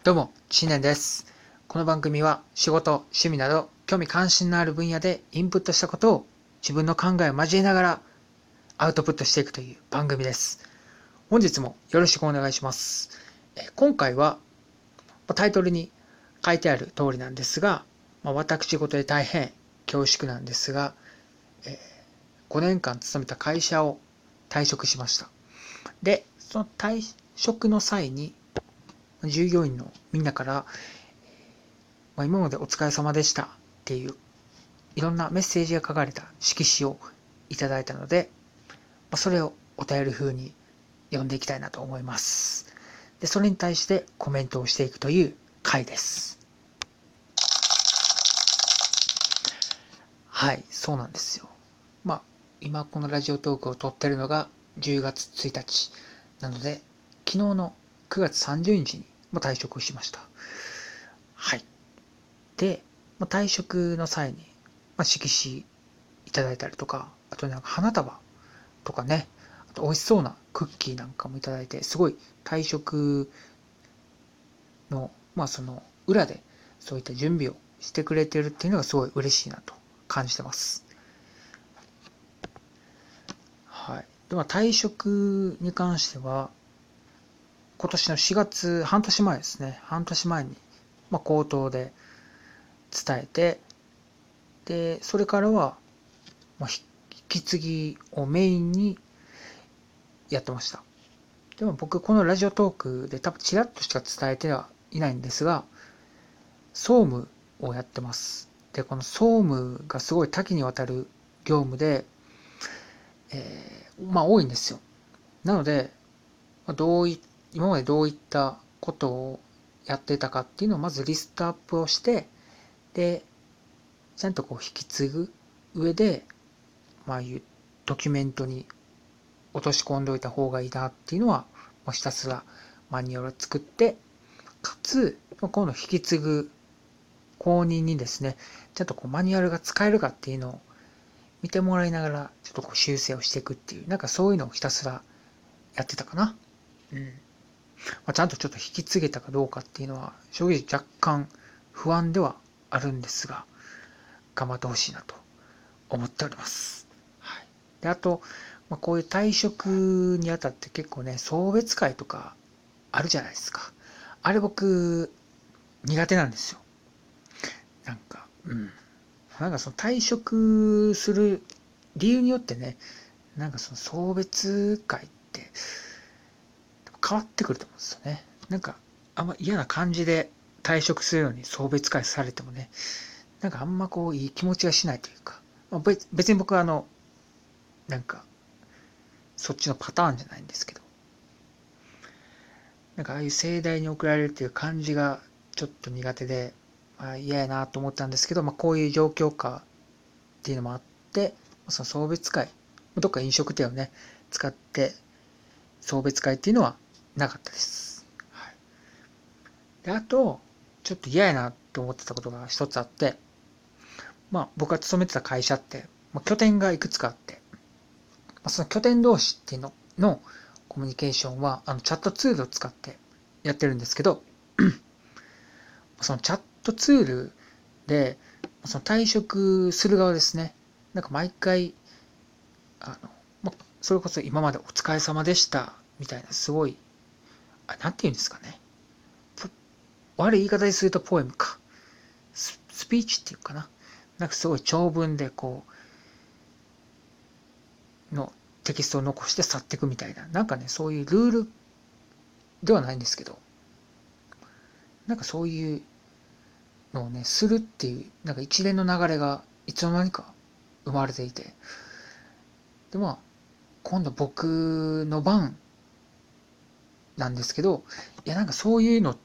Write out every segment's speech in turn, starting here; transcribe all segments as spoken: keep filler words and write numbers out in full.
どうも、知念です。この番組は仕事、趣味など興味関心のある分野でインプットしたことを自分の考えを交えながらアウトプットしていくという番組です。本日もよろしくお願いします。今回はタイトルに書いてある通りなんですが、私事で大変恐縮なんですが、ごねんかん勤めた会社を退職しました。で、その退職の際に従業員のみんなから、まあ、今までお疲れ様でしたっていういろんなメッセージが書かれた色紙をいただいたので、まあ、それをお便り風に読んでいきたいなと思います。で、それに対してコメントをしていくという回です。はい、そうなんですよ。まあ、今このラジオトークを撮ってるのがじゅうがつついたちなので、昨日のくがつさんじゅうにちにも退職しました。はい。で、退職の際に、まあ、色紙いただいたりとか、あとなんか花束とかね、あと美味しそうなクッキーなんかもいただいて、すごい退職の、まあその裏でそういった準備をしてくれてるっていうのがすごい嬉しいなと感じてます。はい。では退職に関しては、今年のしがつ、半年前ですね。半年前に、まあ、口頭で伝えて、で、それからは、まあ、引き継ぎをメインにやってました。でも僕、このラジオトークで多分ちらっとしか伝えてはいないんですが、総務をやってます。で、この総務がすごい多岐にわたる業務で、えー、まあ多いんですよ。なので、どうい、今までどういったことをやってたかっていうのをまずリストアップをして、で、ちゃんとこう引き継ぐ上で、まあいうドキュメントに落とし込んでおいた方がいいなっていうのは、もうひたすらマニュアルを作って、かつ、今度引き継ぐ後任にですね、ちゃんとこうマニュアルが使えるかっていうのを見てもらいながら、ちょっとこう修正をしていくっていう、なんかそういうのをひたすらやってたかな。うん。まあ、ちゃんとちょっと引き継げたかどうかっていうのは、正直若干不安ではあるんですが、頑張ってほしいなと思っております。はい。で、あと、まあ、こういう退職にあたって結構ね、送別会とかあるじゃないですか。あれ僕、苦手なんですよ。なんか、うん。なんかその退職する理由によってね、なんかその送別会って変わってくると思うんですよね。なんか、あんま嫌な感じで退職するのに送別会されてもね、なんかあんまこういい気持ちがしないというか、まあ、別別に僕はあの、なんか、そっちのパターンじゃないんですけど、なんかああいう盛大に送られるっていう感じがちょっと苦手で、まあ、嫌やなと思ったんですけど、まあ、こういう状況下っていうのもあって、その送別会、どっか飲食店をね、使って送別会っていうのはなかったです。はい、で、あと、ちょっと嫌やなって思ってたことが一つあって、まあ僕が勤めてた会社って、まあ、拠点がいくつかあって、まあ、その拠点同士っていうののコミュニケーションはあのチャットツールを使ってやってるんですけど、そのチャットツールで、その退職する側ですね。なんか毎回、あの、ま、それこそ今までお疲れ様でしたみたいな、すごい、あ、なんて言うんですかね。悪い言い方にするとポエムか。ススピーチっていうかな。なんかすごい長文でこう、のテキストを残して去っていくみたいな。なんかね、そういうルールではないんですけど、なんかそういうのをね、するっていう、なんか一連の流れがいつの間にか生まれていて、で、まあ、今度僕の番なんですけど、いや、なんかそういうのって、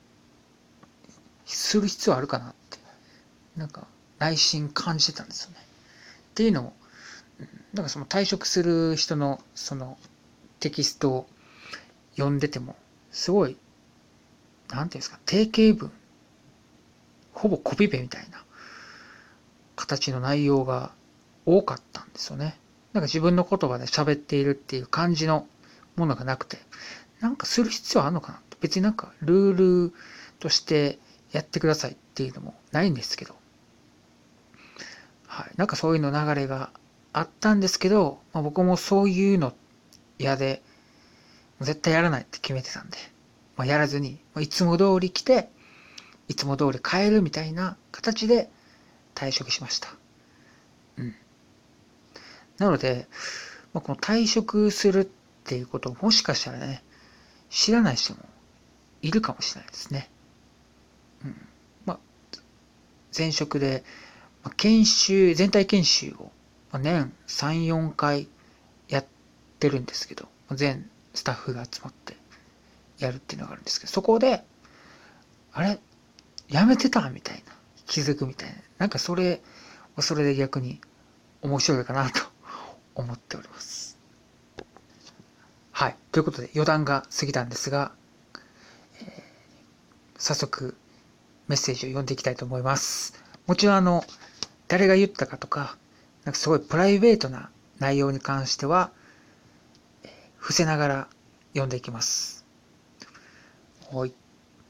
する必要あるかなって、なんか内心感じてたんですよね。っていうのも、なんかその退職する人のそのテキストを読んでても、すごい、なんていうんですか、定型文、ほぼコピペみたいな形の内容が多かったんですよね。なんか自分の言葉で喋っているっていう感じのものがなくて、なんかする必要あるのかなって別になんかルールとしてやってくださいっていうのもないんですけど、はい、なんかそういうの流れがあったんですけど、まあ、僕もそういうの嫌で、絶対やらないって決めてたんで、まあ、やらずに、いつも通り来て、いつも通り帰るみたいな形で退職しました。うん。なので、まあ、この退職するっていうことをもしかしたらね、知らない人もいるかもしれないですね。うん。まあ、前職で、まあ、研修、全体研修を年さん、よんかいやってるんですけど、全スタッフが集まってやるっていうのがあるんですけど、そこで、あれやめてたみたいな。気づくみたいな。なんかそれはそれで逆に面白いかなと思っております。はい。ということで余談が過ぎたんですが、えー、早速メッセージを読んでいきたいと思います。もちろんあの、誰が言ったかとか、なんかすごいプライベートな内容に関しては、えー、伏せながら読んでいきます。はい。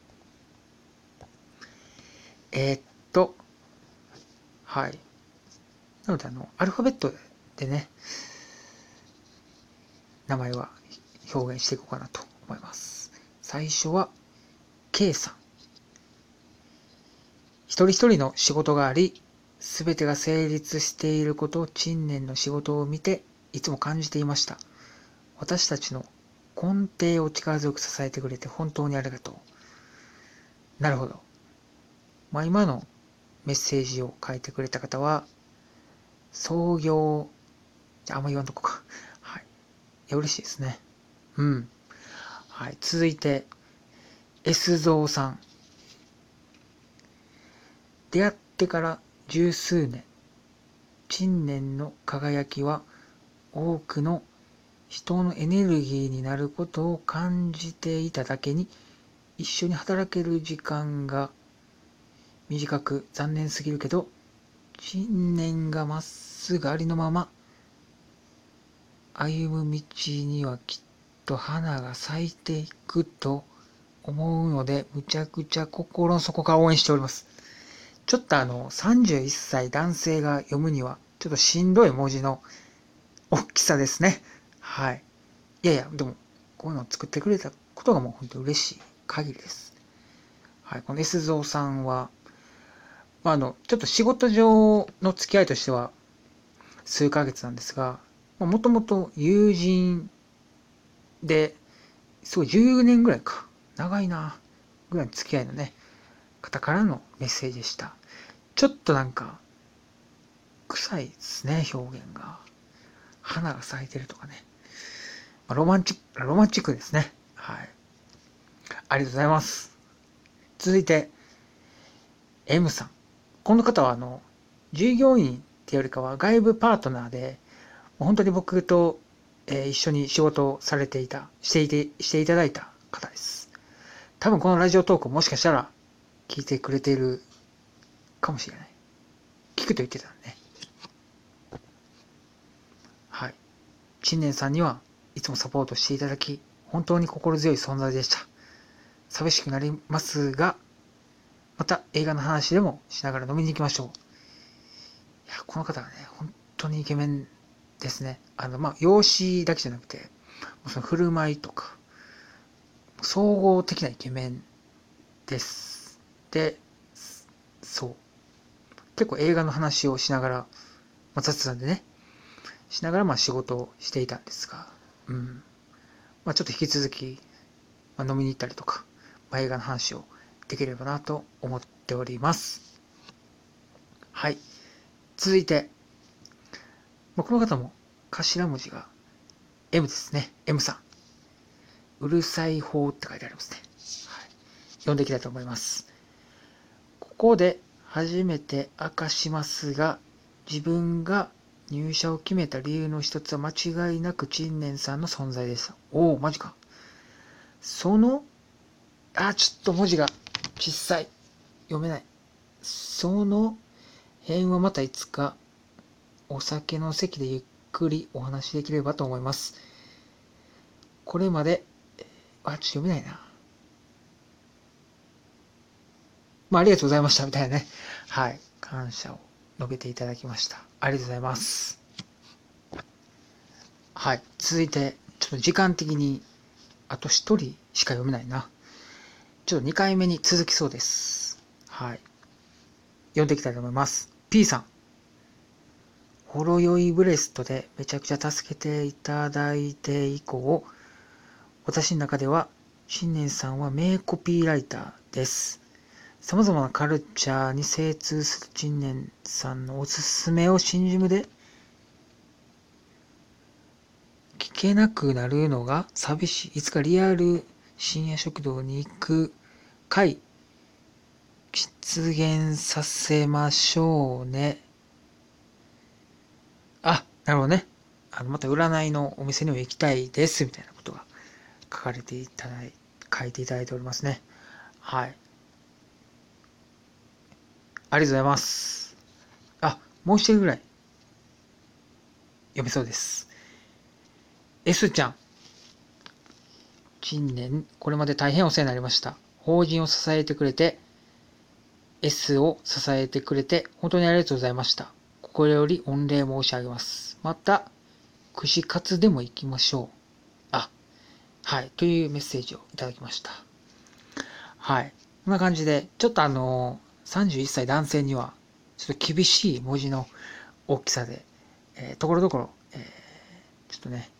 えー、っと、はい。なのであの、アルファベットでね、名前は表現していこうかなと思います。最初は K さん。一人一人の仕事があり、すべてが成立していることを陳年の仕事を見ていつも感じていました。私たちの根底を力強く支えてくれて本当にありがとう。なるほど。まあ今のメッセージを書いてくれた方は、創業、あんま言わんとこか。はい。いや、嬉しいですね。うん。はい。続いて、S 蔵さん。出会ってから十数年、陳年の輝きは多くの人のエネルギーになることを感じていただけに、一緒に働ける時間が短く残念すぎるけど、陳年がまっすぐありのまま歩む道にはきっと花が咲いていくと思うので、むちゃくちゃ心の底から応援しております。ちょっとあの、さんじゅういっさい男性が読むには、ちょっとしんどい文字の大きさですね。はい。いやいや、でも、こういうのを作ってくれたことがもう本当に嬉しい限りです。はい。この S 蔵さんは、まあ、あの、ちょっと仕事上の付き合いとしては、数ヶ月なんですが、もともと友人で、すごいじゅうねんぐらいか。長いな。ぐらいの付き合いのね、方からのメッセージでした。ちょっとなんか、臭いですね、表現が。花が咲いてるとかね。ロマンチック、ロマンチックですね。はい。ありがとうございます。続いて、M さん。この方は、あの、従業員っていうよりかは外部パートナーで、本当に僕と、えー一緒に仕事をされていた、していて、していただいた方です。多分このラジオトークもしかしたら聞いてくれているかもしれない。聞くと言ってたんでね。はい。陳年さんにはいつもサポートしていただき、本当に心強い存在でした。寂しくなりますが、また映画の話でもしながら飲みに行きましょう。いや、この方はね、本当にイケメンですね。あの、まあ、容姿だけじゃなくて、その振る舞いとか、総合的なイケメンです。で、そう。結構映画の話をしながら、まあ、雑談でね、しながらまあ仕事をしていたんですが、うん。まあ、ちょっと引き続き、まあ、飲みに行ったりとか、まあ、映画の話をできればなと思っております。はい。続いて、まあ、この方も頭文字が M ですね。M さん。うるさい法って書いてありますね。はい。読んでいきたいと思います。ここで初めて明かしますが、自分が入社を決めた理由の一つは間違いなく陳年さんの存在でした。おお、マジか。その、あ、ちょっと文字が小さい。読めない。その辺はまたいつかお酒の席でゆっくりお話しできればと思います。これまで、あ、ちょっと読めないな。 まあ、ありがとうございましたみたいなね。はい。感謝を述べていただきました。ありがとうございます。はい。続いて、ちょっと時間的に、あと一人しか読めないな。ちょっとにかいめに続きそうです。はい。読んでいきたいと思います。P さん。ほろ酔いブレストでめちゃくちゃ助けていただいて以降、私の中では、新年さんは名コピーライターです。様々なカルチャーに精通する新年さんのおすすめを新ジムで聞けなくなるのが寂しい。いつかリアル深夜食堂に行く回、実現させましょうね。あ、なるほどね。あの、また占いのお店にも行きたいです、みたいなことが書かれていただい、書いていただいておりますね。はい。ありがとうございます。あ、もう一人ぐらい読めそうです。S ちゃん。新年、これまで大変お世話になりました。法人を支えてくれて、S を支えてくれて、本当にありがとうございました。心より御礼申し上げます。また、串カツでも行きましょう。あ、はい。というメッセージをいただきました。はい。こんな感じで、ちょっとあの、さんじゅういっさい男性には、ちょっと厳しい文字の大きさで、えー、ところどころ、えー、ちょっとね、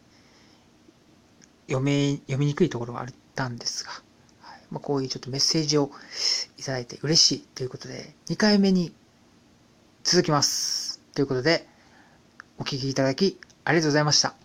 読め、読みにくいところはあったんですが、はい、まあ、こういうちょっとメッセージをいただいて嬉しいということで、にかいめに続きます。ということで、お聞きいただきありがとうございました。